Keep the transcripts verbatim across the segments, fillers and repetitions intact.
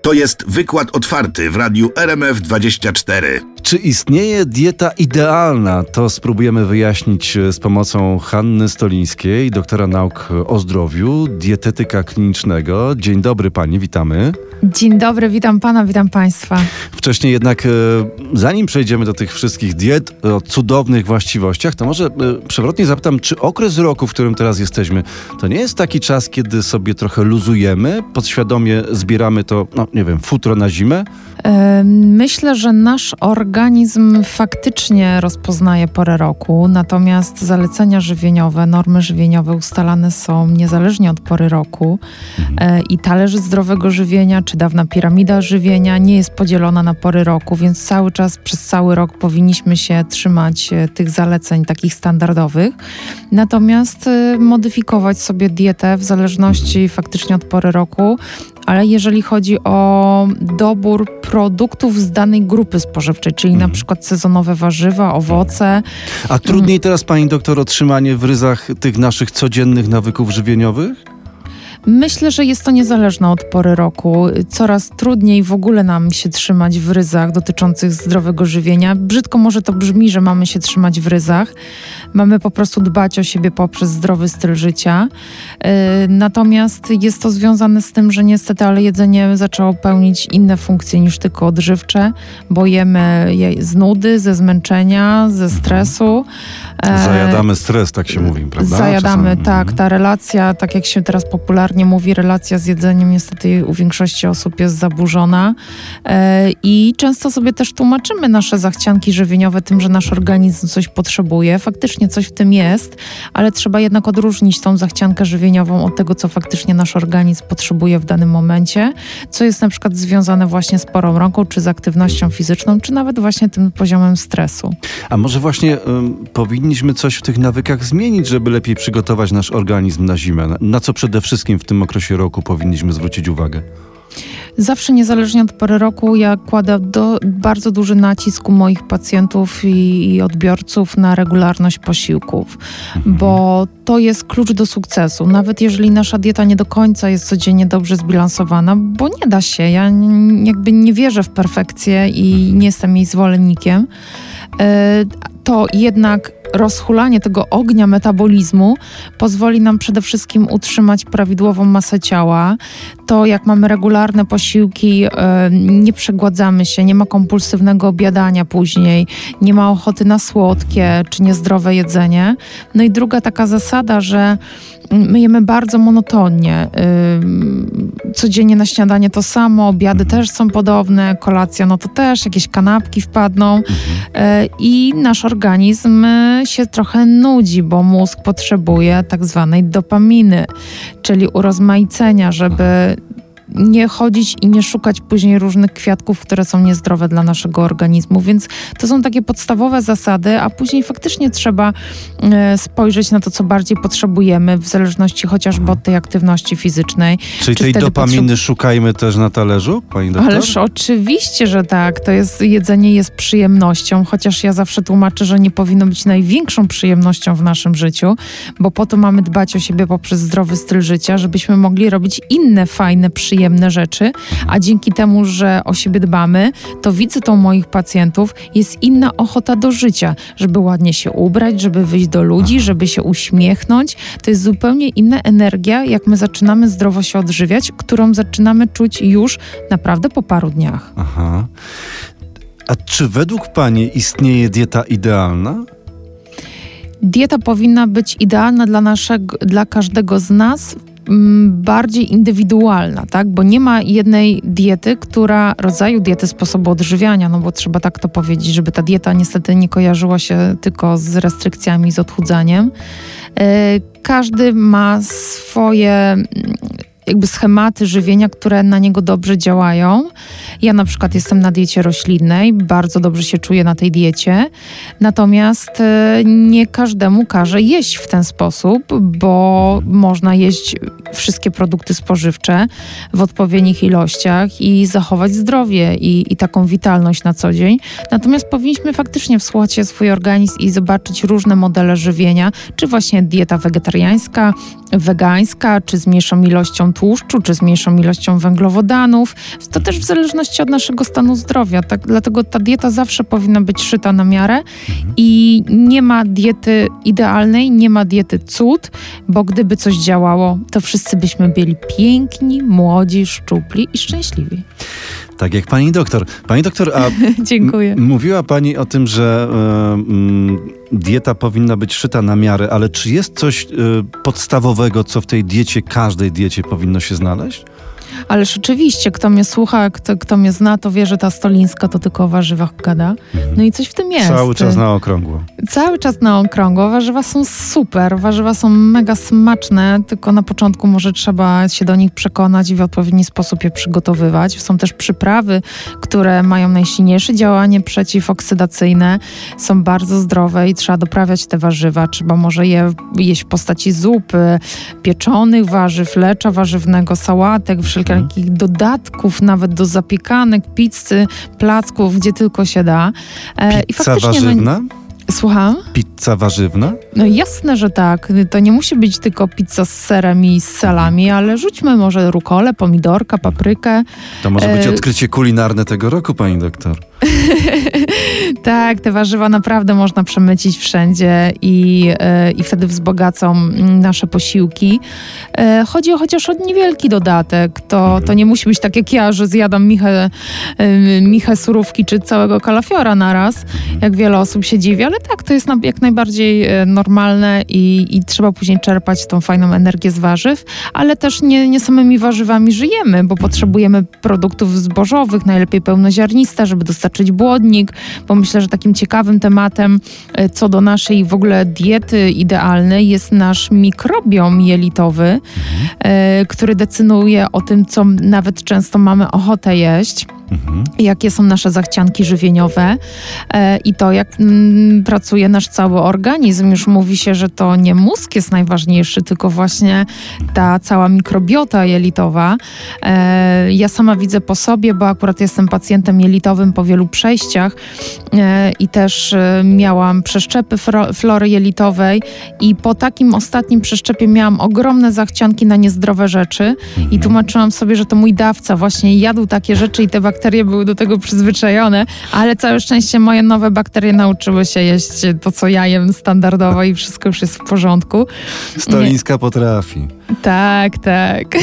To jest wykład otwarty w radiu R M F dwadzieścia cztery. Czy istnieje dieta idealna? To spróbujemy wyjaśnić z pomocą Hanny Stolińskiej, doktora nauk o zdrowiu, dietetyka klinicznego. Dzień dobry pani, witamy. Dzień dobry, witam pana, witam państwa. Wcześniej jednak, zanim przejdziemy do tych wszystkich diet o cudownych właściwościach, to może przewrotnie zapytam, czy okres roku, w którym teraz jesteśmy, to nie jest taki czas, kiedy sobie trochę luzujemy, podświadomie zbieramy to, no nie wiem, futro na zimę? Myślę, że nasz organizm faktycznie rozpoznaje porę roku, natomiast zalecenia żywieniowe, normy żywieniowe ustalane są niezależnie od pory roku mhm. i talerz zdrowego żywienia, czy dawna piramida żywienia nie jest podzielona na pory roku, więc cały czas, przez cały rok powinniśmy się trzymać tych zaleceń takich standardowych, natomiast modyfikować sobie dietę w zależności faktycznie od pory roku, ale jeżeli chodzi o dobór produktów z danej grupy spożywczej, czyli mhm. na przykład sezonowe warzywa, owoce. A trudniej teraz, pani doktor, o trzymanie w ryzach tych naszych codziennych nawyków żywieniowych? Myślę, że jest to niezależne od pory roku. Coraz trudniej w ogóle nam się trzymać w ryzach dotyczących zdrowego żywienia. Brzydko może to brzmi, że mamy się trzymać w ryzach. Mamy po prostu dbać o siebie poprzez zdrowy styl życia. Yy, natomiast jest to związane z tym, że niestety, ale jedzenie zaczęło pełnić inne funkcje niż tylko odżywcze, bo jemy je z nudy, ze zmęczenia, ze stresu. Zajadamy stres, tak się mówi, prawda? Zajadamy, Czasami. tak. Ta relacja, tak jak się teraz popularnie nie mówi, relacja z jedzeniem niestety u większości osób jest zaburzona e, i często sobie też tłumaczymy nasze zachcianki żywieniowe tym, że nasz organizm coś potrzebuje. Faktycznie coś w tym jest, ale trzeba jednak odróżnić tą zachciankę żywieniową od tego, co faktycznie nasz organizm potrzebuje w danym momencie, co jest na przykład związane właśnie z porą roku, czy z aktywnością fizyczną, czy nawet właśnie tym poziomem stresu. A może właśnie um, powinniśmy coś w tych nawykach zmienić, żeby lepiej przygotować nasz organizm na zimę? Na, na co przede wszystkim w tym okresie roku powinniśmy zwrócić uwagę? Zawsze, niezależnie od pory roku, ja kładę do, bardzo duży nacisk u moich pacjentów i, i odbiorców na regularność posiłków, mhm. bo to jest klucz do sukcesu. Nawet jeżeli nasza dieta nie do końca jest codziennie dobrze zbilansowana, bo nie da się. Ja n- jakby nie wierzę w perfekcję i nie jestem jej zwolennikiem, yy, to jednak rozhulanie tego ognia metabolizmu pozwoli nam przede wszystkim utrzymać prawidłową masę ciała. To jak mamy regularne posiłki, yy, nie przegładzamy się, nie ma kompulsywnego obiadania później, nie ma ochoty na słodkie czy niezdrowe jedzenie. No i druga taka zasada, że my jemy bardzo monotonnie. Yy, codziennie na śniadanie to samo, obiady też są podobne, kolacja no to też, jakieś kanapki wpadną yy, i nasz organizm się trochę nudzi, bo mózg potrzebuje tak zwanej dopaminy, czyli urozmaicenia, żeby nie chodzić i nie szukać później różnych kwiatków, które są niezdrowe dla naszego organizmu. Więc to są takie podstawowe zasady, a później faktycznie trzeba e, spojrzeć na to, co bardziej potrzebujemy, w zależności chociażby od tej aktywności fizycznej. Czyli tej dopaminy potrzeb... szukajmy też na talerzu, pani doktor? Ależ oczywiście, że tak. To jest, jedzenie jest przyjemnością, chociaż ja zawsze tłumaczę, że nie powinno być największą przyjemnością w naszym życiu, bo po to mamy dbać o siebie poprzez zdrowy styl życia, żebyśmy mogli robić inne fajne, przyjemne przyjemne rzeczy, a dzięki temu, że o siebie dbamy, to wizytą moich pacjentów jest inna ochota do życia, żeby ładnie się ubrać, żeby wyjść do ludzi, żeby się uśmiechnąć. To jest zupełnie inna energia, jak my zaczynamy zdrowo się odżywiać, którą zaczynamy czuć już naprawdę po paru dniach. Aha. A czy według pani istnieje dieta idealna? Dieta powinna być idealna dla naszego, dla każdego z nas, bardziej indywidualna, tak? Bo nie ma jednej diety, która, rodzaju diety, sposobu odżywiania, no bo trzeba tak to powiedzieć, żeby ta dieta niestety nie kojarzyła się tylko z restrykcjami, z odchudzaniem. Każdy ma swoje jakby schematy żywienia, które na niego dobrze działają. Ja na przykład jestem na diecie roślinnej, bardzo dobrze się czuję na tej diecie, natomiast e, nie każdemu każe jeść w ten sposób, bo można jeść wszystkie produkty spożywcze w odpowiednich ilościach i zachować zdrowie i, i taką witalność na co dzień. Natomiast powinniśmy faktycznie wsłuchać się w swój organizm i zobaczyć różne modele żywienia, czy właśnie dieta wegetariańska, wegańska, czy z mniejszą ilością tłuszczu, czy z mniejszą ilością węglowodanów. To też w zależności od naszego stanu zdrowia. Tak, dlatego ta dieta zawsze powinna być szyta na miarę i nie ma diety idealnej, nie ma diety cud, bo gdyby coś działało, to wszyscy byśmy byli piękni, młodzi, szczupli i szczęśliwi. Tak jak pani doktor. Pani doktor, a Dziękuję. m- mówiła pani o tym, że y, mm, dieta powinna być szyta na miarę, ale czy jest coś y, podstawowego, co w tej diecie, każdej diecie powinno się znaleźć? Ależ oczywiście, kto mnie słucha, kto, kto mnie zna, to wie, że ta Stolińska to tylko o warzywach gada. No i coś w tym jest. Cały czas na okrągło. Cały czas na okrągło. Warzywa są super, warzywa są mega smaczne, tylko na początku może trzeba się do nich przekonać i w odpowiedni sposób je przygotowywać. Są też przyprawy, które mają najsilniejsze działanie przeciwoksydacyjne, są bardzo zdrowe i trzeba doprawiać te warzywa. Trzeba może je jeść w postaci zupy, pieczonych warzyw, lecza warzywnego, sałatek, wszelkich dodatków, nawet do zapiekanek, pizzy, placków, gdzie tylko się da. E, i Pizza faktycznie, warzywna? No, słucham? Pizza warzywna? No jasne, że tak. To nie musi być tylko pizza z serem i z salami, ale rzućmy może rukolę, pomidorka, paprykę. To może być E, odkrycie kulinarne tego roku, pani doktor. Tak, te warzywa naprawdę można przemycić wszędzie i, e, i wtedy wzbogacą nasze posiłki. E, chodzi o chociaż o niewielki dodatek. To, to nie musi być tak jak ja, że zjadam michę, e, michę surówki czy całego kalafiora naraz, jak wiele osób się dziwi, ale tak, to jest na, jak najbardziej e, normalne i, i trzeba później czerpać tą fajną energię z warzyw, ale też nie, nie samymi warzywami żyjemy, bo potrzebujemy produktów zbożowych, najlepiej pełnoziarniste, żeby dostarczyć błonnik, bo myślę, że takim ciekawym tematem e, co do naszej w ogóle diety idealnej jest nasz mikrobiom jelitowy, e, który decyduje o tym, co nawet często mamy ochotę jeść. Mhm. Jakie są nasze zachcianki żywieniowe e, i to, jak mm, pracuje nasz cały organizm. Już mówi się, że to nie mózg jest najważniejszy, tylko właśnie ta cała mikrobiota jelitowa. E, ja sama widzę po sobie, bo akurat jestem pacjentem jelitowym po wielu przejściach e, i też e, miałam przeszczepy fro, flory jelitowej i po takim ostatnim przeszczepie miałam ogromne zachcianki na niezdrowe rzeczy i tłumaczyłam sobie, że to mój dawca właśnie jadł takie rzeczy i te bakterie były do tego przyzwyczajone, ale całe szczęście moje nowe bakterie nauczyły się jeść to, co ja jem standardowo i wszystko już jest w porządku. Stolińska potrafi. Tak, tak.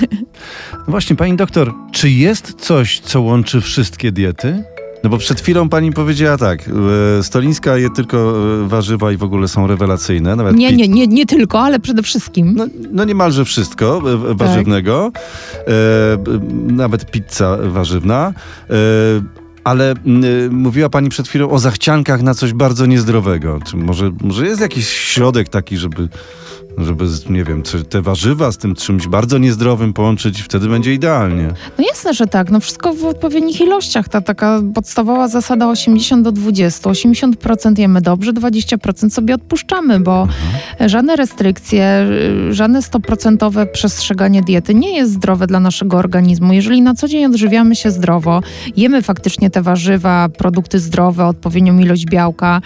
No właśnie, pani doktor, czy jest coś, co łączy wszystkie diety? No bo przed chwilą pani powiedziała tak, e, Stolińska je tylko e, warzywa i w ogóle są rewelacyjne. Nawet Nie, pi- nie, nie, nie tylko, ale przede wszystkim. No, no niemalże wszystko e, warzywnego. E, b- nawet pizza warzywna. E, ale m, e, mówiła pani przed chwilą o zachciankach na coś bardzo niezdrowego. Czy może, może jest jakiś środek taki, żeby... żeby, z- nie wiem, czy te warzywa z tym czymś bardzo niezdrowym połączyć, wtedy będzie idealnie. No jasne, że tak. No wszystko w odpowiednich ilościach. Ta taka podstawowa zasada osiemdziesiąt do dwudziestu. osiemdziesiąt procent jemy dobrze, dwadzieścia procent sobie odpuszczamy, bo żadne restrykcje, żadne sto procent przestrzeganie diety nie jest zdrowe dla naszego organizmu. Jeżeli na co dzień odżywiamy się zdrowo, jemy faktycznie te warzywa, produkty zdrowe, odpowiednią ilość białka,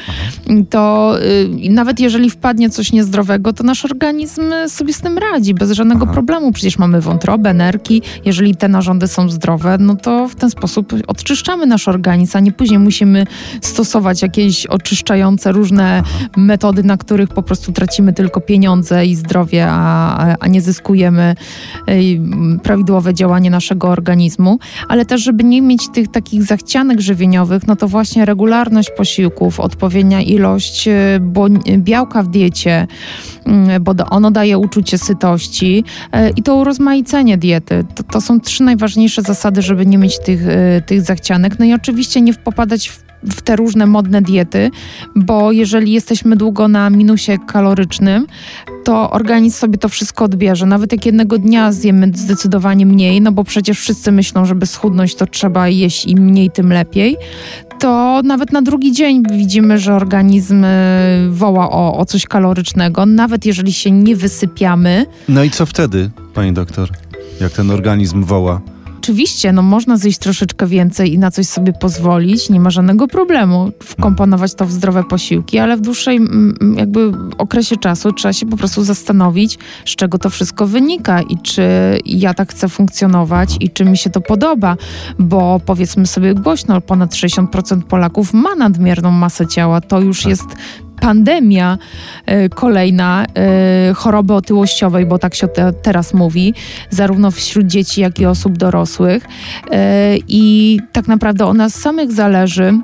to y, nawet jeżeli wpadnie coś niezdrowego, to nasz organizm sobie z tym radzi, bez żadnego Aha. problemu. Przecież mamy wątrobę, nerki. Jeżeli te narządy są zdrowe, no to w ten sposób odczyszczamy nasz organizm, a nie później musimy stosować jakieś oczyszczające różne metody, na których po prostu tracimy tylko pieniądze i zdrowie, a, a nie zyskujemy y, prawidłowe działanie naszego organizmu. Ale też, żeby nie mieć tych takich zachcianek żywieniowych, no to właśnie regularność posiłków, odpowiednia ilość y, błoń- białka w diecie, y, bo do- ono daje uczucie sytości y, i to urozmaicenie diety. To, to są trzy najważniejsze zasady, żeby nie mieć tych, y, tych zachcianek. No i oczywiście nie popadać w w te różne modne diety, bo jeżeli jesteśmy długo na minusie kalorycznym, to organizm sobie to wszystko odbierze. Nawet jak jednego dnia zjemy zdecydowanie mniej, no bo przecież wszyscy myślą, żeby schudnąć, to trzeba jeść im mniej, tym lepiej, to nawet na drugi dzień widzimy, że organizm woła o, o coś kalorycznego, nawet jeżeli się nie wysypiamy. No i co wtedy, pani doktor? Jak ten organizm woła? Oczywiście, no można zjeść troszeczkę więcej i na coś sobie pozwolić, nie ma żadnego problemu wkomponować to w zdrowe posiłki, ale w dłuższej jakby okresie czasu trzeba się po prostu zastanowić, z czego to wszystko wynika i czy ja tak chcę funkcjonować i czy mi się to podoba, bo powiedzmy sobie głośno, ponad sześćdziesiąt procent Polaków ma nadmierną masę ciała, to już tak. jest pandemia y, kolejna y, choroby otyłościowej, bo tak się te, teraz mówi, zarówno wśród dzieci, jak i osób dorosłych. Y, I tak naprawdę od nas samych zależy,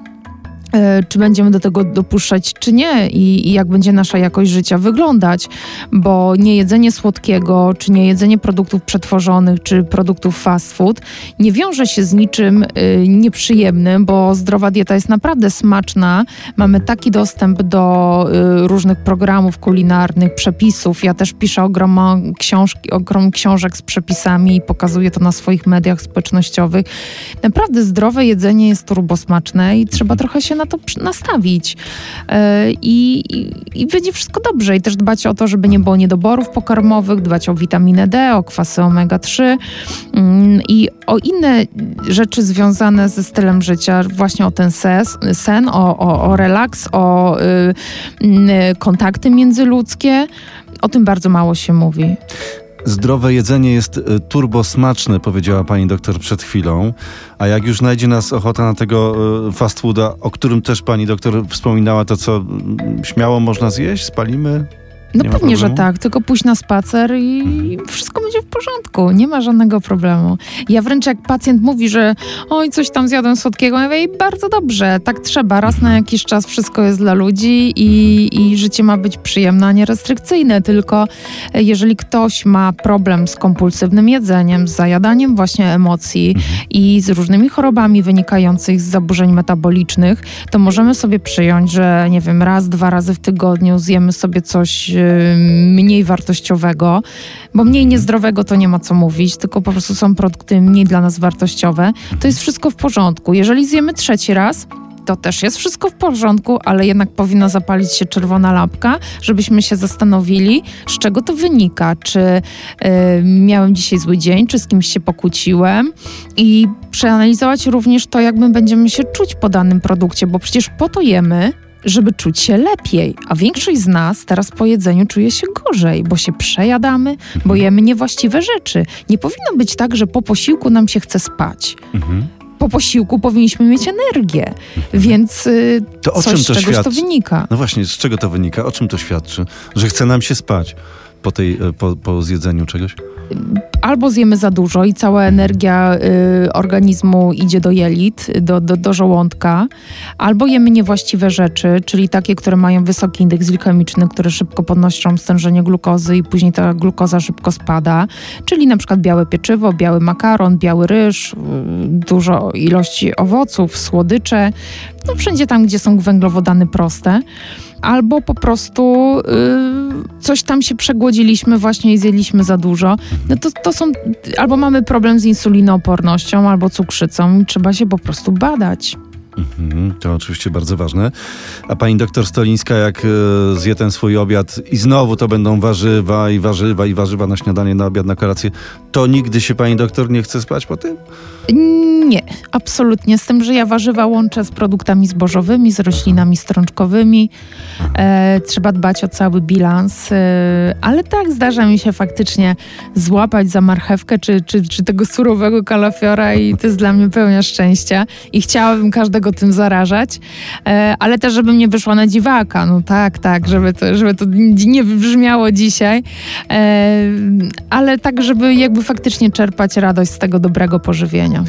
czy będziemy do tego dopuszczać, czy nie i, i jak będzie nasza jakość życia wyglądać, bo nie jedzenie słodkiego, czy nie jedzenie produktów przetworzonych, czy produktów fast food nie wiąże się z niczym y, nieprzyjemnym, bo zdrowa dieta jest naprawdę smaczna. Mamy taki dostęp do y, różnych programów kulinarnych, przepisów. Ja też piszę ogrom, książki, ogrom książek z przepisami i pokazuję to na swoich mediach społecznościowych. Naprawdę zdrowe jedzenie jest turbosmaczne i trzeba trochę się na to nastawić yy, i, i będzie wszystko dobrze i też dbać o to, żeby nie było niedoborów pokarmowych, dbać o witaminę D, o kwasy omega trzy yy, i o inne rzeczy związane ze stylem życia, właśnie o ten ses, sen, o, o, o relaks, o yy, yy, kontakty międzyludzkie. O tym bardzo mało się mówi. Zdrowe jedzenie jest turbosmaczne, powiedziała pani doktor przed chwilą, a jak już znajdzie nas ochota na tego fast fooda, o którym też pani doktor wspominała, to co, śmiało można zjeść? Spalimy? No pewnie, że tak, tylko pójść na spacer i mhm. wszystko będzie w porządku, nie ma żadnego problemu. Ja wręcz jak pacjent mówi, że oj, coś tam zjadłem słodkiego, ja mówię, bardzo dobrze, tak trzeba, raz na jakiś czas wszystko jest dla ludzi i, i życie ma być przyjemne, a nie restrykcyjne, tylko jeżeli ktoś ma problem z kompulsywnym jedzeniem, z zajadaniem właśnie emocji mhm. i z różnymi chorobami wynikających z zaburzeń metabolicznych, to możemy sobie przyjąć, że nie wiem, raz, dwa razy w tygodniu zjemy sobie coś mniej wartościowego, bo mniej niezdrowego to nie ma co mówić, tylko po prostu są produkty mniej dla nas wartościowe, to jest wszystko w porządku. Jeżeli zjemy trzeci raz, to też jest wszystko w porządku, ale jednak powinna zapalić się czerwona lampka, żebyśmy się zastanowili, z czego to wynika. Czy y, miałem dzisiaj zły dzień, czy z kimś się pokłóciłem i przeanalizować również to, jak my będziemy się czuć po danym produkcie, bo przecież po to jemy, żeby czuć się lepiej, a większość z nas teraz po jedzeniu czuje się gorzej, bo się przejadamy, bo jemy niewłaściwe rzeczy. Nie powinno być tak, że po posiłku nam się chce spać. Mhm. Po posiłku powinniśmy mieć energię, więc y, to o coś czym z to czegoś świadczy? to wynika. No właśnie, z czego to wynika? O czym to świadczy? Że chce nam się spać po, tej, po, po zjedzeniu czegoś? Albo zjemy za dużo i cała energia y, organizmu idzie do jelit, do, do, do żołądka, albo jemy niewłaściwe rzeczy, czyli takie, które mają wysoki indeks glikemiczny, które szybko podnoszą stężenie glukozy i później ta glukoza szybko spada, czyli na przykład białe pieczywo, biały makaron, biały ryż, y, dużo ilości owoców, słodycze, no wszędzie tam, gdzie są węglowodany proste. Albo po prostu y, coś tam się przegłodziliśmy właśnie i zjedliśmy za dużo. No to, to są, albo mamy problem z insulinoopornością, albo cukrzycą. Trzeba się po prostu badać. Mhm, to oczywiście bardzo ważne. A pani doktor Stolińska, jak y, zje ten swój obiad i znowu to będą warzywa i warzywa i warzywa na śniadanie, na obiad, na kolację, to nigdy się pani doktor nie chce spać po tym? Nie, absolutnie. Z tym, że ja warzywa łączę z produktami zbożowymi, z roślinami strączkowymi. E, trzeba dbać o cały bilans. E, ale tak, zdarza mi się faktycznie złapać za marchewkę czy, czy, czy tego surowego kalafiora i to jest dla mnie pełnia szczęścia. I chciałabym każdego tym zarażać. E, ale też, żebym nie wyszła na dziwaka. No tak, tak, żeby to, żeby to nie wybrzmiało dzisiaj. E, ale tak, żeby jakby faktycznie czerpać radość z tego dobrego pożywienia.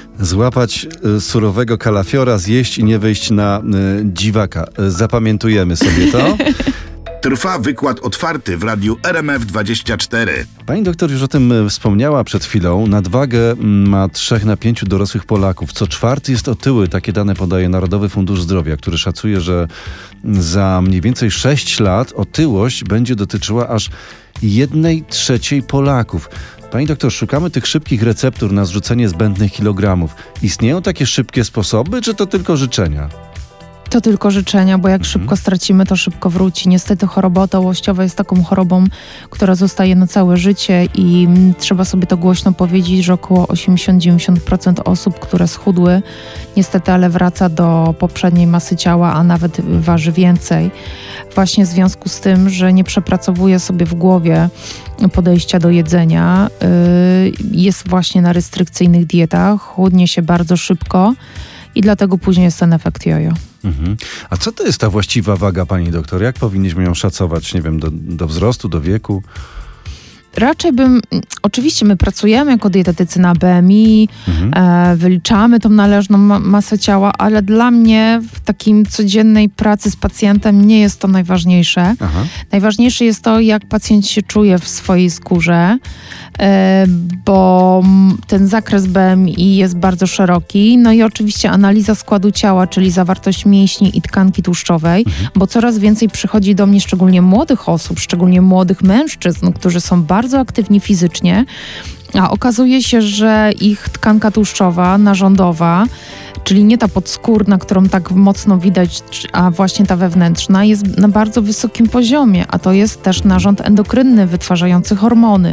Złapać y, surowego kalafiora, zjeść i nie wyjść na y, dziwaka. Y, zapamiętujemy sobie to. Trwa wykład otwarty w radiu R M F dwadzieścia cztery. Pani doktor już o tym e, wspomniała przed chwilą. Nadwagę mm, ma trzech na pięciu dorosłych Polaków. Co czwarty jest otyły. Takie dane podaje Narodowy Fundusz Zdrowia, który szacuje, że za mniej więcej sześć lat otyłość będzie dotyczyła aż jednej trzeciej Polaków. Pani doktor, szukamy tych szybkich receptur na zrzucenie zbędnych kilogramów. Istnieją takie szybkie sposoby, czy to tylko życzenia? To tylko życzenia, bo jak szybko stracimy, to szybko wróci. Niestety choroba otyłościowa jest taką chorobą, która zostaje na całe życie i mm, trzeba sobie to głośno powiedzieć, że około osiemdziesiąt do dziewięćdziesięciu procent osób, które schudły, niestety, ale wraca do poprzedniej masy ciała, a nawet waży więcej. Właśnie w związku z tym, że nie przepracowuje sobie w głowie podejścia do jedzenia, yy, jest właśnie na restrykcyjnych dietach, chudnie się bardzo szybko i dlatego później jest ten efekt jojo. Mhm. A co to jest ta właściwa waga, pani doktor? Jak powinniśmy ją szacować, nie wiem, do, do wzrostu, do wieku? Raczej bym, oczywiście my pracujemy jako dietetycy na B M I, mhm. e, wyliczamy tą należną ma- masę ciała, ale dla mnie w takim codziennej pracy z pacjentem nie jest to najważniejsze. Aha. Najważniejsze jest to, jak pacjent się czuje w swojej skórze, e, bo ten zakres B M I jest bardzo szeroki. No i oczywiście analiza składu ciała, czyli zawartość mięśni i tkanki tłuszczowej, mhm. bo coraz więcej przychodzi do mnie szczególnie młodych osób, szczególnie młodych mężczyzn, którzy są bardzo bardzo aktywni fizycznie, a okazuje się, że ich tkanka tłuszczowa, narządowa, czyli nie ta podskórna, którą tak mocno widać, a właśnie ta wewnętrzna, jest na bardzo wysokim poziomie, a to jest też narząd endokrynny wytwarzający hormony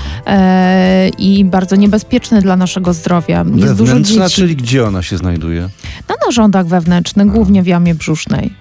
e, i bardzo niebezpieczny dla naszego zdrowia. Jest Wewnętrzna, dużo dzieci, czyli gdzie ona się znajduje? na narządach wewnętrznych, głównie w jamie brzusznej.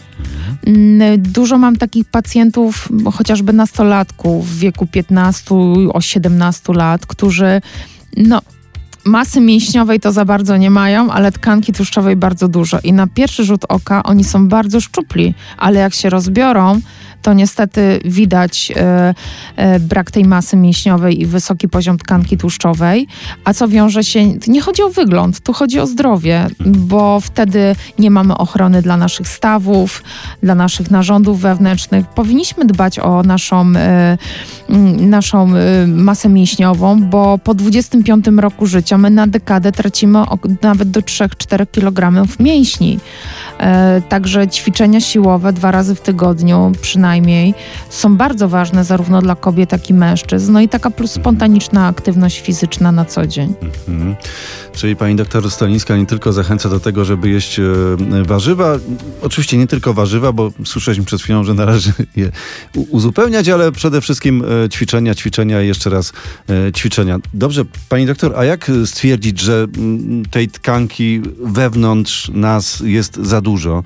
Dużo mam takich pacjentów, chociażby nastolatków w wieku piętnastu do siedemnastu lat, którzy no, masy mięśniowej to za bardzo nie mają, ale tkanki tłuszczowej bardzo dużo. I na pierwszy rzut oka oni są bardzo szczupli, ale jak się rozbiorą, to niestety widać e, e, brak tej masy mięśniowej i wysoki poziom tkanki tłuszczowej. A co wiąże się... Nie chodzi o wygląd, tu chodzi o zdrowie, bo wtedy nie mamy ochrony dla naszych stawów, dla naszych narządów wewnętrznych. Powinniśmy dbać o naszą, e, naszą e, masę mięśniową, bo po dwudziestym piątym roku życia my na dekadę tracimy o, nawet do trzy do czterech kilogramów mięśni. E, także ćwiczenia siłowe dwa razy w tygodniu przynajmniej są bardzo ważne zarówno dla kobiet, jak i mężczyzn. No i taka plus spontaniczna aktywność fizyczna na co dzień. Mhm. Czyli pani doktor Stolińska nie tylko zachęca do tego, żeby jeść e, warzywa, oczywiście nie tylko warzywa, bo słyszeliśmy przed chwilą, że należy je u- uzupełniać, ale przede wszystkim e, ćwiczenia, ćwiczenia i jeszcze raz e, ćwiczenia. Dobrze, pani doktor, a jak stwierdzić, że m, tej tkanki wewnątrz nas jest za dużo?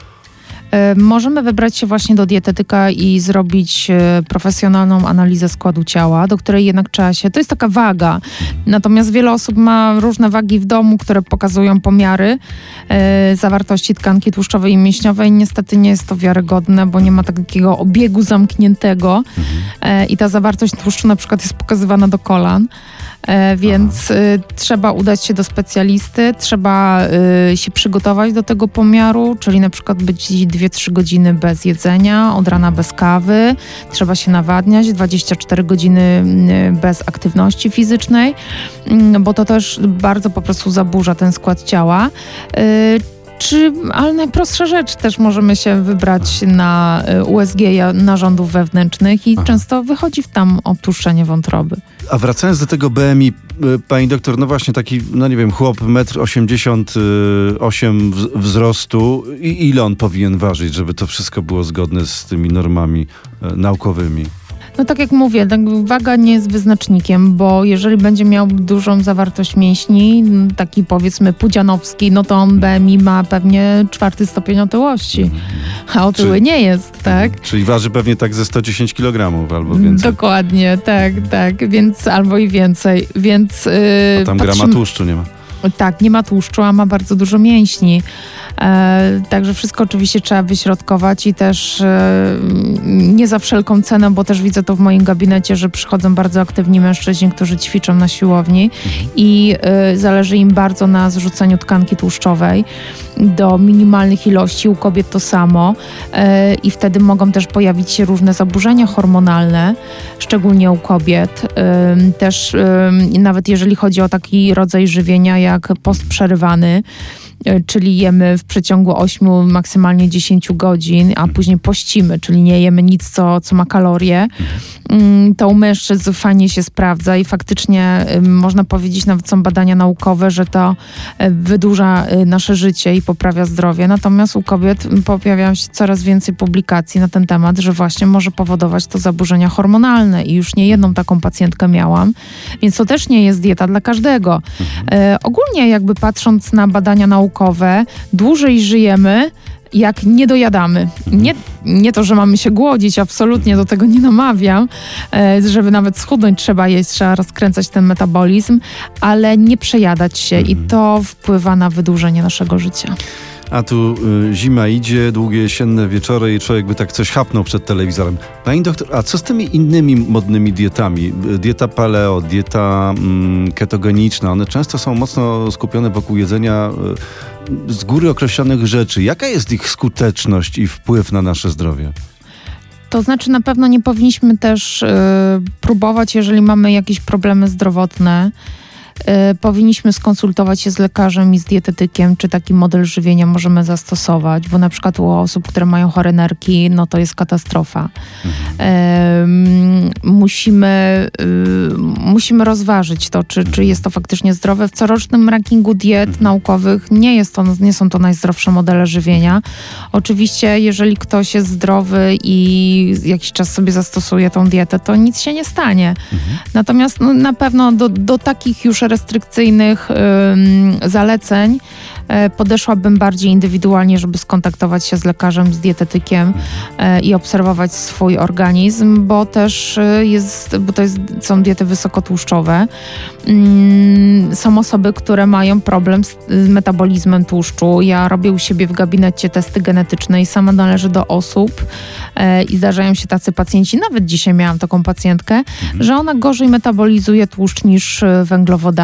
Możemy wybrać się właśnie do dietetyka i zrobić profesjonalną analizę składu ciała, do której jednak trzeba się... To jest taka waga. Natomiast wiele osób ma różne wagi w domu, które pokazują pomiary e, zawartości tkanki tłuszczowej i mięśniowej. Niestety nie jest to wiarygodne, bo nie ma takiego obiegu zamkniętego e, i ta zawartość tłuszczu na przykład jest pokazywana do kolan. E, więc y, trzeba udać się do specjalisty, trzeba y, się przygotować do tego pomiaru, czyli na przykład być dwie trzy godziny bez jedzenia, od rana bez kawy, trzeba się nawadniać, dwadzieścia cztery godziny y, bez aktywności fizycznej, y, bo to też bardzo po prostu zaburza ten skład ciała. Y, Czy, ale najprostsza rzecz, też możemy się wybrać na U S G narządów wewnętrznych i Aha. często wychodzi tam obtłuszczenie wątroby. A wracając do tego B M I, pani doktor, no właśnie taki, no nie wiem, chłop metr osiemdziesiąt osiem wzrostu, i ile on powinien ważyć, żeby to wszystko było zgodne z tymi normami naukowymi? No tak jak mówię, tak waga nie jest wyznacznikiem, bo jeżeli będzie miał dużą zawartość mięśni, taki powiedzmy pudzianowski, no to on B M I ma pewnie czwarty stopień otyłości, a otyły czyli, nie jest, tak? Czyli waży pewnie tak ze sto dziesięć kilogramów albo więcej. Dokładnie, tak, tak, więc albo i więcej, więc... Yy, a tam patrzymy... grama tłuszczu nie ma. Tak, nie ma tłuszczu, a ma bardzo dużo mięśni. E, także wszystko oczywiście trzeba wyśrodkować i też e, nie za wszelką cenę, bo też widzę to w moim gabinecie, że przychodzą bardzo aktywni mężczyźni, którzy ćwiczą na siłowni i e, zależy im bardzo na zrzuceniu tkanki tłuszczowej do minimalnych ilości, u kobiet to samo e, i wtedy mogą też pojawić się różne zaburzenia hormonalne, szczególnie u kobiet. E, też e, nawet jeżeli chodzi o taki rodzaj żywienia jak post przerywany, czyli jemy w przeciągu ośmiu, maksymalnie dziesięciu godzin, a później pościmy, czyli nie jemy nic, co, co ma kalorie, to u mężczyzn fajnie się sprawdza i faktycznie można powiedzieć, nawet są badania naukowe, że to wydłuża nasze życie i poprawia zdrowie. Natomiast u kobiet pojawiają się coraz więcej publikacji na ten temat, że właśnie może powodować to zaburzenia hormonalne i już nie jedną taką pacjentkę miałam, więc to też nie jest dieta dla każdego. E, ogólnie jakby patrząc na badania naukowe, dłużej żyjemy, jak nie dojadamy. Nie, nie to, że mamy się głodzić, absolutnie do tego nie namawiam, żeby nawet schudnąć trzeba jeść, trzeba rozkręcać ten metabolizm, ale nie przejadać się i to wpływa na wydłużenie naszego życia. A tu y, zima idzie, długie jesienne wieczory i człowiek by tak coś chapnął przed telewizorem. Pani doktor, a co z tymi innymi modnymi dietami? Dieta paleo, dieta mm, ketogeniczna, one często są mocno skupione wokół jedzenia y, z góry określonych rzeczy. Jaka jest ich skuteczność i wpływ na nasze zdrowie? To znaczy na pewno nie powinniśmy też y, próbować, jeżeli mamy jakieś problemy zdrowotne, Y, powinniśmy skonsultować się z lekarzem i z dietetykiem, czy taki model żywienia możemy zastosować, bo na przykład u osób, które mają chore nerki, no to jest katastrofa. Mhm. Y, musimy, y, musimy rozważyć to, czy, czy jest to faktycznie zdrowe. W corocznym rankingu diet mhm. naukowych nie, jest to, nie są to najzdrowsze modele żywienia. Oczywiście, jeżeli ktoś jest zdrowy i jakiś czas sobie zastosuje tą dietę, to nic się nie stanie. Mhm. Natomiast no, na pewno do, do takich już restrykcyjnych y, zaleceń y, podeszłabym bardziej indywidualnie, żeby skontaktować się z lekarzem, z dietetykiem y, i obserwować swój organizm, bo też y, jest, bo to jest, są diety wysokotłuszczowe. Y, są osoby, które mają problem z, z metabolizmem tłuszczu. Ja robię u siebie w gabinecie testy genetyczne i sama należę do osób y, i zdarzają się tacy pacjenci, nawet dzisiaj miałam taką pacjentkę, mhm. że ona gorzej metabolizuje tłuszcz niż węglowodany.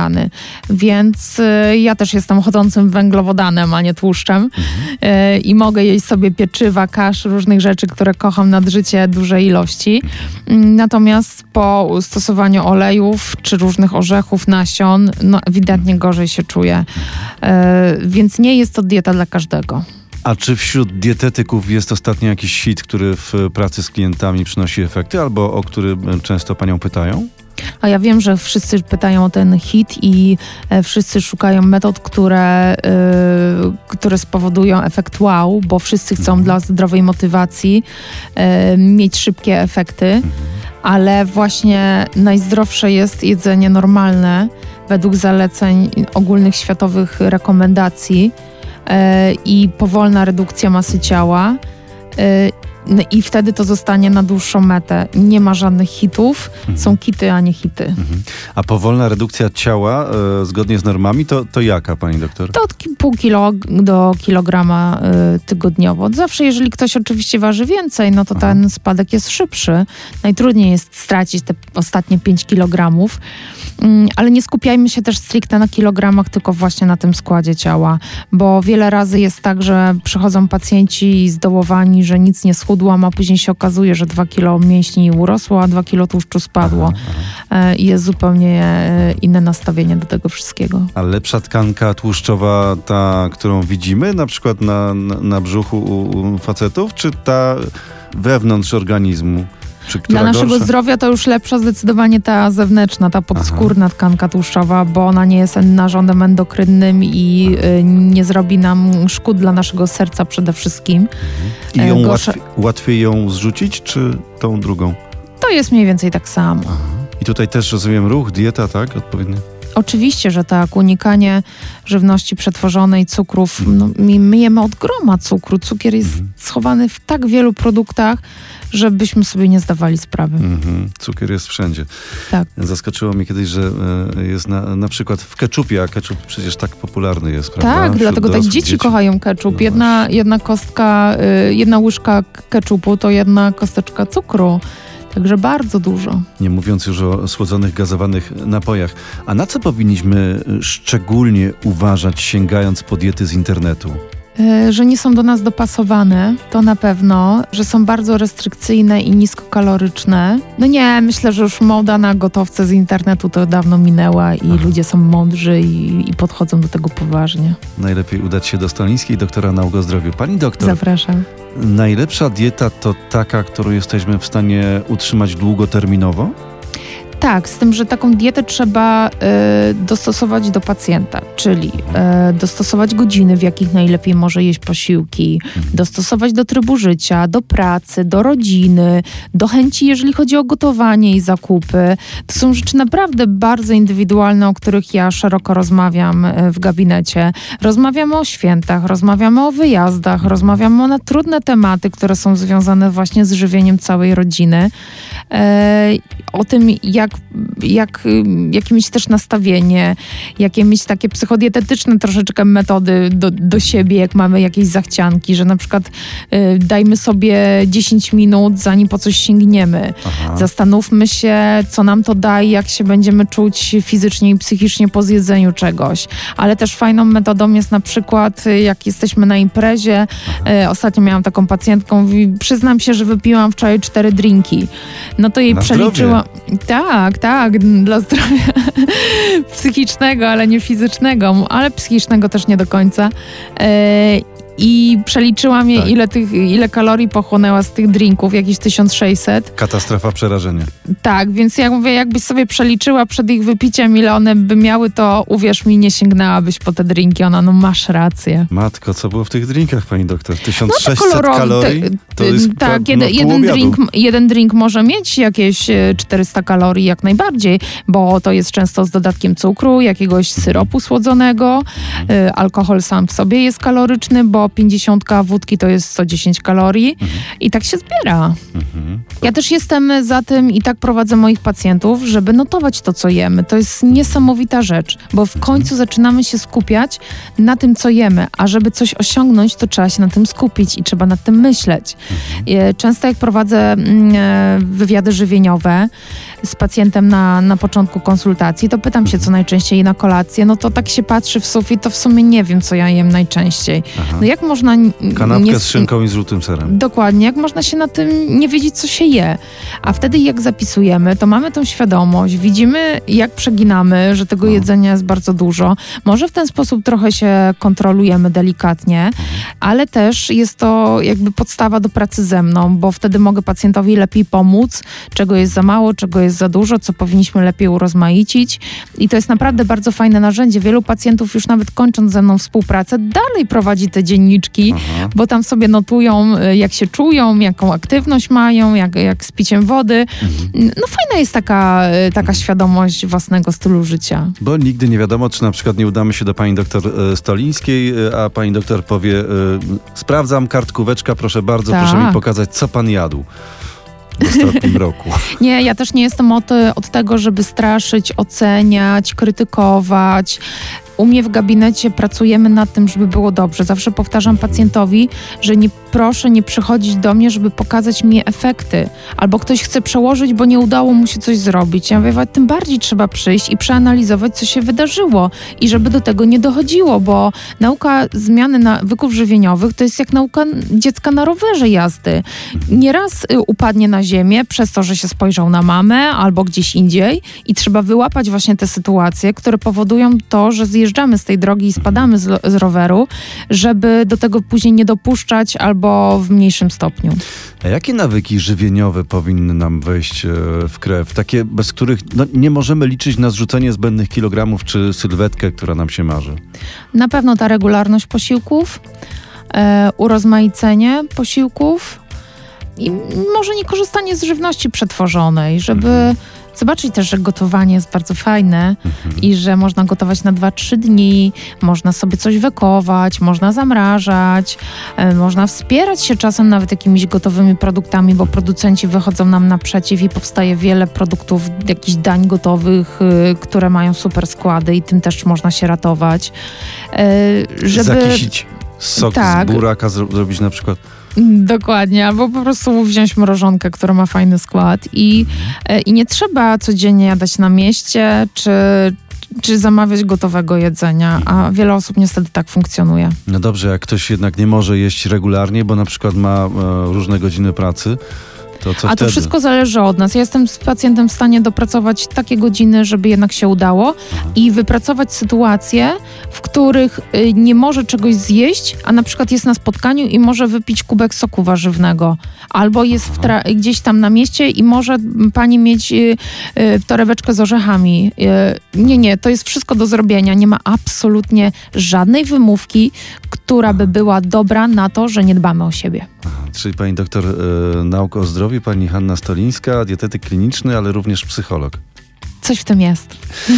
Więc y, ja też jestem chodzącym węglowodanem, a nie tłuszczem y, i mogę jeść sobie pieczywa, kasz, różnych rzeczy, które kocham nad życie, duże ilości. Y, natomiast po stosowaniu olejów czy różnych orzechów, nasion, no ewidentnie gorzej się czuję. Y, więc nie jest to dieta dla każdego. A czy wśród dietetyków jest ostatnio jakiś hit, który w pracy z klientami przynosi efekty, albo o który często panią pytają? A ja wiem, że wszyscy pytają o ten hit i e, wszyscy szukają metod, które, y, które spowodują efekt wow, bo wszyscy chcą mhm. dla zdrowej motywacji y, mieć szybkie efekty, mhm. ale właśnie najzdrowsze jest jedzenie normalne według zaleceń ogólnych światowych rekomendacji y, i powolna redukcja masy ciała. Y, No i wtedy to zostanie na dłuższą metę. Nie ma żadnych hitów, mhm. są kity, a nie hity. Mhm. A powolna redukcja ciała e, zgodnie z normami, to, to jaka, pani doktor? To od pół kilo do kilograma e, tygodniowo. Zawsze jeżeli ktoś oczywiście waży więcej, no to Aha. ten spadek jest szybszy. Najtrudniej jest stracić te ostatnie pięć kilogramów. Mm, ale nie skupiajmy się też stricte na kilogramach, tylko właśnie na tym składzie ciała. Bo wiele razy jest tak, że przychodzą pacjenci zdołowani, że nic nie schudłam, a później się okazuje, że dwa kilo mięśni urosło, a dwa kilo tłuszczu spadło. Aha, I jest zupełnie inne nastawienie do tego wszystkiego. A lepsza tkanka tłuszczowa, ta, którą widzimy na przykład na, na, na brzuchu u, u facetów, czy ta wewnątrz organizmu? Dla naszego gorsza? zdrowia to już lepsza zdecydowanie ta zewnętrzna, ta podskórna Aha. tkanka tłuszczowa, bo ona nie jest narządem endokrynnym i y, nie zrobi nam szkód dla naszego serca przede wszystkim. I ją Gorsza... łatwiej, łatwiej ją zrzucić, czy tą drugą? To jest mniej więcej tak samo. Aha. I tutaj też rozumiem ruch, dieta, tak? Odpowiednio? Oczywiście, że tak. Unikanie żywności przetworzonej, cukrów. No, my jemy od groma cukru. Cukier jest Mhm. schowany w tak wielu produktach, żebyśmy sobie nie zdawali sprawy. Mhm. Cukier jest wszędzie. Tak. Zaskoczyło mnie kiedyś, że e, jest na, na przykład w ketchupie, a ketchup przecież tak popularny jest, prawda? Tak, Wśród dlatego tak dorosłych dzieci, dzieci. kochają ketchup. No jedna, jedna kostka, y, jedna łyżka ketchupu to jedna kosteczka cukru. Także bardzo dużo. Nie mówiąc już o słodzonych, gazowanych napojach. A na co powinniśmy szczególnie uważać, sięgając po diety z internetu? Y, że nie są do nas dopasowane, to na pewno. Że są bardzo restrykcyjne i niskokaloryczne. No nie, myślę, że już moda na gotowce z internetu to dawno minęła i Aha. ludzie są mądrzy i, i podchodzą do tego poważnie. Najlepiej udać się do Stolińskiej, doktora nauk o zdrowiu. Pani doktor, Zapraszam. najlepsza dieta to taka, którą jesteśmy w stanie utrzymać długoterminowo? Tak, z tym, że taką dietę trzeba y, dostosować do pacjenta, czyli y, dostosować godziny, w jakich najlepiej może jeść posiłki, dostosować do trybu życia, do pracy, do rodziny, do chęci, jeżeli chodzi o gotowanie i zakupy. To są rzeczy naprawdę bardzo indywidualne, o których ja szeroko rozmawiam y, w gabinecie. Rozmawiamy o świętach, rozmawiamy o wyjazdach, rozmawiamy o na trudne tematy, które są związane właśnie z żywieniem całej rodziny. Y, o tym, jak Jak, jakie mieć też nastawienie, jakie mieć takie psychodietetyczne troszeczkę metody do, do siebie, jak mamy jakieś zachcianki, że na przykład y, dajmy sobie dziesięć minut, zanim po coś sięgniemy. Aha. Zastanówmy się, co nam to daje, jak się będziemy czuć fizycznie i psychicznie po zjedzeniu czegoś. Ale też fajną metodą jest na przykład, y, jak jesteśmy na imprezie, y, ostatnio miałam taką pacjentką, mówi, przyznam się, że wypiłam wczoraj cztery drinki. No to jej Na przeliczyła... Tak, tak, dla zdrowia psychicznego, ale nie fizycznego, ale psychicznego też nie do końca. E, I przeliczyłam jej, Tak. ile, tych, ile kalorii pochłonęła z tych drinków, jakieś tysiąc sześćset. Katastrofa, przerażenie. Tak, więc ja mówię, jakbyś sobie przeliczyła przed ich wypiciem, ile one by miały, to uwierz mi, nie sięgnęłabyś po te drinki. Ona, no masz rację. Matko, co było w tych drinkach, pani doktor? tysiąc No to sześćset kolorowe, kalorii? te- To jest tak, pra- jeden, no, pół jeden, obiadu. drink, jeden drink może mieć jakieś e, czterysta kalorii jak najbardziej, bo to jest często z dodatkiem cukru, jakiegoś syropu słodzonego. E, Alkohol sam w sobie jest kaloryczny, bo pięćdziesiątka wódki to jest sto dziesięć kalorii i tak się zbiera. Mhm. Ja też jestem za tym i tak prowadzę moich pacjentów, żeby notować to, co jemy. To jest niesamowita rzecz, bo w końcu zaczynamy się skupiać na tym, co jemy, a żeby coś osiągnąć, to trzeba się na tym skupić i trzeba nad tym myśleć. E, Często jak prowadzę mm, e, wywiady żywieniowe z pacjentem na, na początku konsultacji, to pytam się, co najczęściej na kolację, no to tak się patrzy w sufit, to w sumie nie wiem, co ja jem najczęściej. Aha. No jak można... n- Kanapkę nie z szynką i z żółtym serem. Dokładnie, jak można się na tym nie wiedzieć, co się je. A wtedy jak zapisujemy, to mamy tą świadomość, widzimy jak przeginamy, że tego No. jedzenia jest bardzo dużo. Może w ten sposób trochę się kontrolujemy delikatnie, ale też jest to jakby podstawa do pracy ze mną, bo wtedy mogę pacjentowi lepiej pomóc, czego jest za mało, czego jest za dużo, co powinniśmy lepiej urozmaicić. I to jest naprawdę bardzo fajne narzędzie. Wielu pacjentów już nawet kończąc ze mną współpracę, dalej prowadzi te dzienniczki, Aha. bo tam sobie notują, y, jak się czują, jaką aktywność mają, jak, jak z piciem wody. No fajna jest taka, y, taka świadomość własnego stylu życia. Bo nigdy nie wiadomo, czy na przykład nie udamy się do pani doktor e, Stolińskiej, e, a pani doktor powie, e, sprawdzam kartkóweczka, proszę bardzo, Tak. proszę mi pokazać, co pan jadł w ostatnim roku. Nie, ja też nie jestem od, od tego, żeby straszyć, oceniać, krytykować. U mnie w gabinecie pracujemy nad tym, żeby było dobrze. Zawsze powtarzam pacjentowi, że nie proszę nie przychodzić do mnie, żeby pokazać mi efekty. Albo ktoś chce przełożyć, bo nie udało mu się coś zrobić. Ja mówię, tym bardziej trzeba przyjść i przeanalizować, co się wydarzyło i żeby do tego nie dochodziło, bo nauka zmiany nawyków żywieniowych to jest jak nauka dziecka na rowerze jazdy. Nieraz y, upadnie na ziemię przez to, że się spojrzał na mamę albo gdzieś indziej i trzeba wyłapać właśnie te sytuacje, które powodują to, że zjeżdżamy z tej drogi i spadamy z, z roweru, żeby do tego później nie dopuszczać albo w mniejszym stopniu. A jakie nawyki żywieniowe powinny nam wejść e, w krew? Takie, bez których no, nie możemy liczyć na zrzucenie zbędnych kilogramów czy sylwetkę, która nam się marzy? Na pewno ta regularność posiłków, e, urozmaicenie posiłków i może nie korzystanie z żywności przetworzonej, żeby zobaczyć też, że gotowanie jest bardzo fajne Mhm. i że można gotować na dwa trzy dni, można sobie coś wekować, można zamrażać, e, można wspierać się czasem nawet jakimiś gotowymi produktami, bo producenci wychodzą nam naprzeciw i powstaje wiele produktów, jakichś dań gotowych, y, które mają super składy i tym też można się ratować. E, żeby... Zakisić sok Tak. z buraka, zro- zrobić na przykład. Dokładnie, albo po prostu wziąć mrożonkę, która ma fajny skład i, e, i nie trzeba codziennie jadać na mieście, czy, czy zamawiać gotowego jedzenia, a wiele osób niestety tak funkcjonuje. No dobrze, jak ktoś jednak nie może jeść regularnie, bo na przykład ma e, różne godziny pracy, to co A wtedy? to wszystko zależy od nas. Ja jestem z pacjentem w stanie dopracować takie godziny, żeby jednak się udało i wypracować sytuacje, w których y, nie może czegoś zjeść, a na przykład jest na spotkaniu i może wypić kubek soku warzywnego. Albo jest w tra- gdzieś tam na mieście i może pani mieć y, y, torebeczkę z orzechami. Y, nie, nie, to jest wszystko do zrobienia. Nie ma absolutnie żadnej wymówki, która by była dobra na to, że nie dbamy o siebie. Czyli pani doktor e, nauk o zdrowiu, pani Hanna Stolińska, dietetyk kliniczny, ale również psycholog. Coś w tym jest.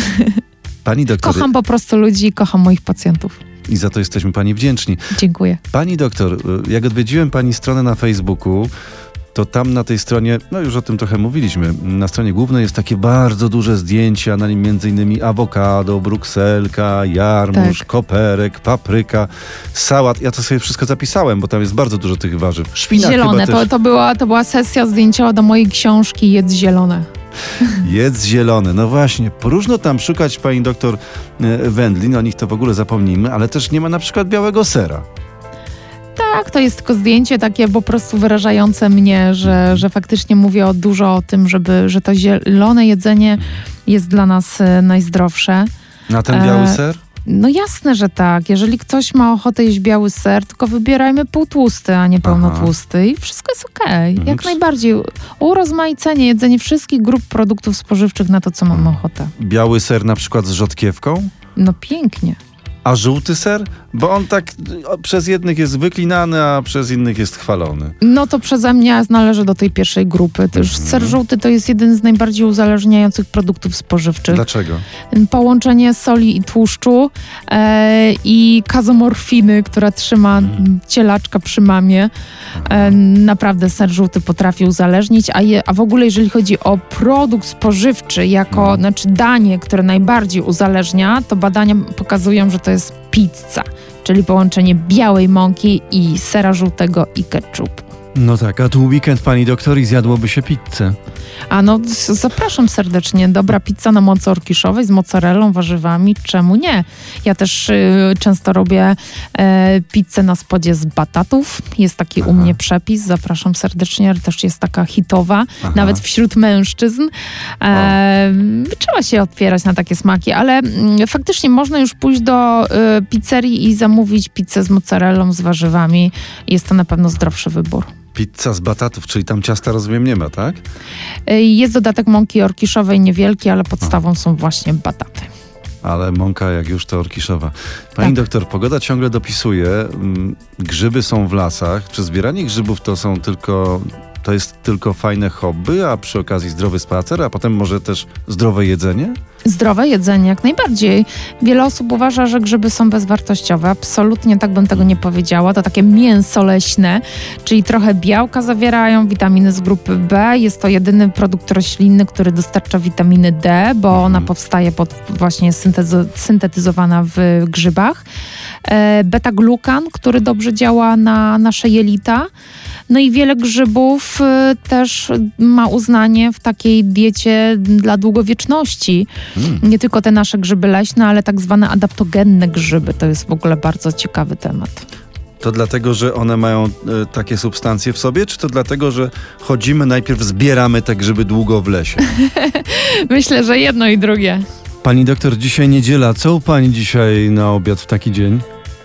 Pani doktor, Kocham po prostu ludzi i kocham moich pacjentów. i za to jesteśmy pani wdzięczni. Dziękuję. Pani doktor, e, jak odwiedziłem pani stronę na Facebooku, to tam na tej stronie, no już o tym trochę mówiliśmy, na stronie głównej jest takie bardzo duże zdjęcie, a na nim między innymi awokado, brukselka, jarmuż, Tak. koperek, papryka, sałat. Ja to sobie wszystko zapisałem, bo tam jest bardzo dużo tych warzyw. Szpinak Zielone, chyba to, też. to, była, to była sesja zdjęciowa do mojej książki Jedz zielone. Jest zielony. No właśnie, próżno tam szukać pani doktor e, wędlin, o nich to w ogóle zapomnijmy, ale też nie ma na przykład białego sera. Tak, to jest tylko zdjęcie takie po prostu wyrażające mnie, że, że faktycznie mówię o, dużo o tym, żeby, że to zielone jedzenie jest dla nas e, najzdrowsze. A ten biały E, ser? No jasne, że tak. Jeżeli ktoś ma ochotę jeść biały ser, tylko wybierajmy półtłusty, a nie pełnotłusty i wszystko jest okej. Mhm. Jak najbardziej. Urozmaicenie, jedzenie wszystkich grup produktów spożywczych na to, co mamy ochotę. Biały ser na przykład z rzodkiewką? No pięknie. A żółty ser? Bo on tak o, przez jednych jest wyklinany, a przez innych jest chwalony. No to przeze mnie należy do tej pierwszej grupy. To już ser żółty to jest jeden z najbardziej uzależniających produktów spożywczych. Dlaczego? Połączenie soli i tłuszczu e, i kazomorfiny, która trzyma mm. cielaczka przy mamie. E, naprawdę ser żółty potrafi uzależnić, a, je, a w ogóle jeżeli chodzi o produkt spożywczy jako, No. znaczy danie, które najbardziej uzależnia, to badania pokazują, że to jest pizza, czyli połączenie białej mąki i sera żółtego i ketchupu. No tak, a tu weekend pani doktor i zjadłoby się pizzę. A no, z- zapraszam serdecznie. Dobra pizza na mące orkiszowej z mozzarellą, warzywami. Czemu nie? Ja też y, często robię e, pizzę na spodzie z batatów. Jest taki Aha. u mnie przepis. Zapraszam serdecznie, ale też jest taka hitowa, Aha. nawet wśród mężczyzn. E, trzeba się otwierać na takie smaki, ale mm, faktycznie można już pójść do y, pizzerii i zamówić pizzę z mozzarellą, z warzywami. Jest to na pewno zdrowszy wybór. Pizza z batatów, czyli tam ciasta rozumiem nie ma, tak? Y, Jest dodatek mąki orkiszowej niewielki, ale podstawą są właśnie bataty. Ale mąka jak już to orkiszowa. Pani Tak. doktor, pogoda ciągle dopisuje. Mm, Grzyby są w lasach. Czy zbieranie grzybów to są tylko... To jest tylko fajne hobby, a przy okazji zdrowy spacer, a potem może też zdrowe jedzenie? Zdrowe jedzenie, jak najbardziej. Wiele osób uważa, że grzyby są bezwartościowe. Absolutnie tak bym tego nie powiedziała. To takie mięso leśne, czyli trochę białka zawierają, witaminy z grupy B. Jest to jedyny produkt roślinny, który dostarcza witaminy D, bo Mhm. ona powstaje pod, właśnie syntezo- syntetyzowana w grzybach. E, beta-glukan, który dobrze działa na nasze jelita. No i wiele grzybów y, też ma uznanie w takiej diecie dla długowieczności. Mm. Nie tylko te nasze grzyby leśne, ale tak zwane adaptogenne grzyby. To jest w ogóle bardzo ciekawy temat. To dlatego, że one mają e, takie substancje w sobie, czy to dlatego, że chodzimy, najpierw zbieramy te grzyby długo w lesie? Myślę, że jedno i drugie. Pani doktor, dzisiaj niedziela. Co u pani dzisiaj na obiad w taki dzień?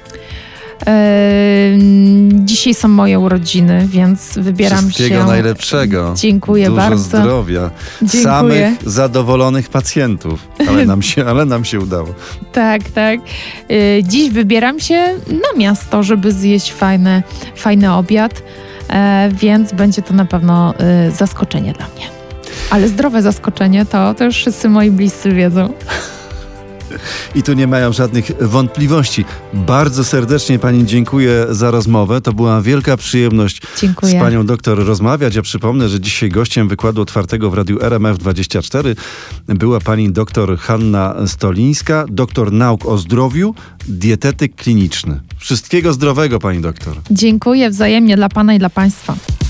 Eee, dzisiaj są moje urodziny, więc wybieram Wszystkiego się. najlepszego. Dziękuję Dużo bardzo. zdrowia. Dziękuję. Samych zadowolonych pacjentów. Ale nam się, ale nam się udało. Tak, tak. Eee, dziś wybieram się na miasto, żeby zjeść fajny, fajny obiad, eee, więc będzie to na pewno eee, zaskoczenie dla mnie. Ale zdrowe zaskoczenie to, to już wszyscy moi bliscy wiedzą. I tu nie mają żadnych wątpliwości. Bardzo serdecznie pani dziękuję za rozmowę. To była wielka przyjemność Dziękuję. z panią doktor rozmawiać. Ja przypomnę, że dzisiaj gościem wykładu otwartego w Radiu R M F dwadzieścia cztery była pani doktor Hanna Stolińska, doktor nauk o zdrowiu, dietetyk kliniczny. Wszystkiego zdrowego, pani doktor. Dziękuję wzajemnie dla pana i dla państwa.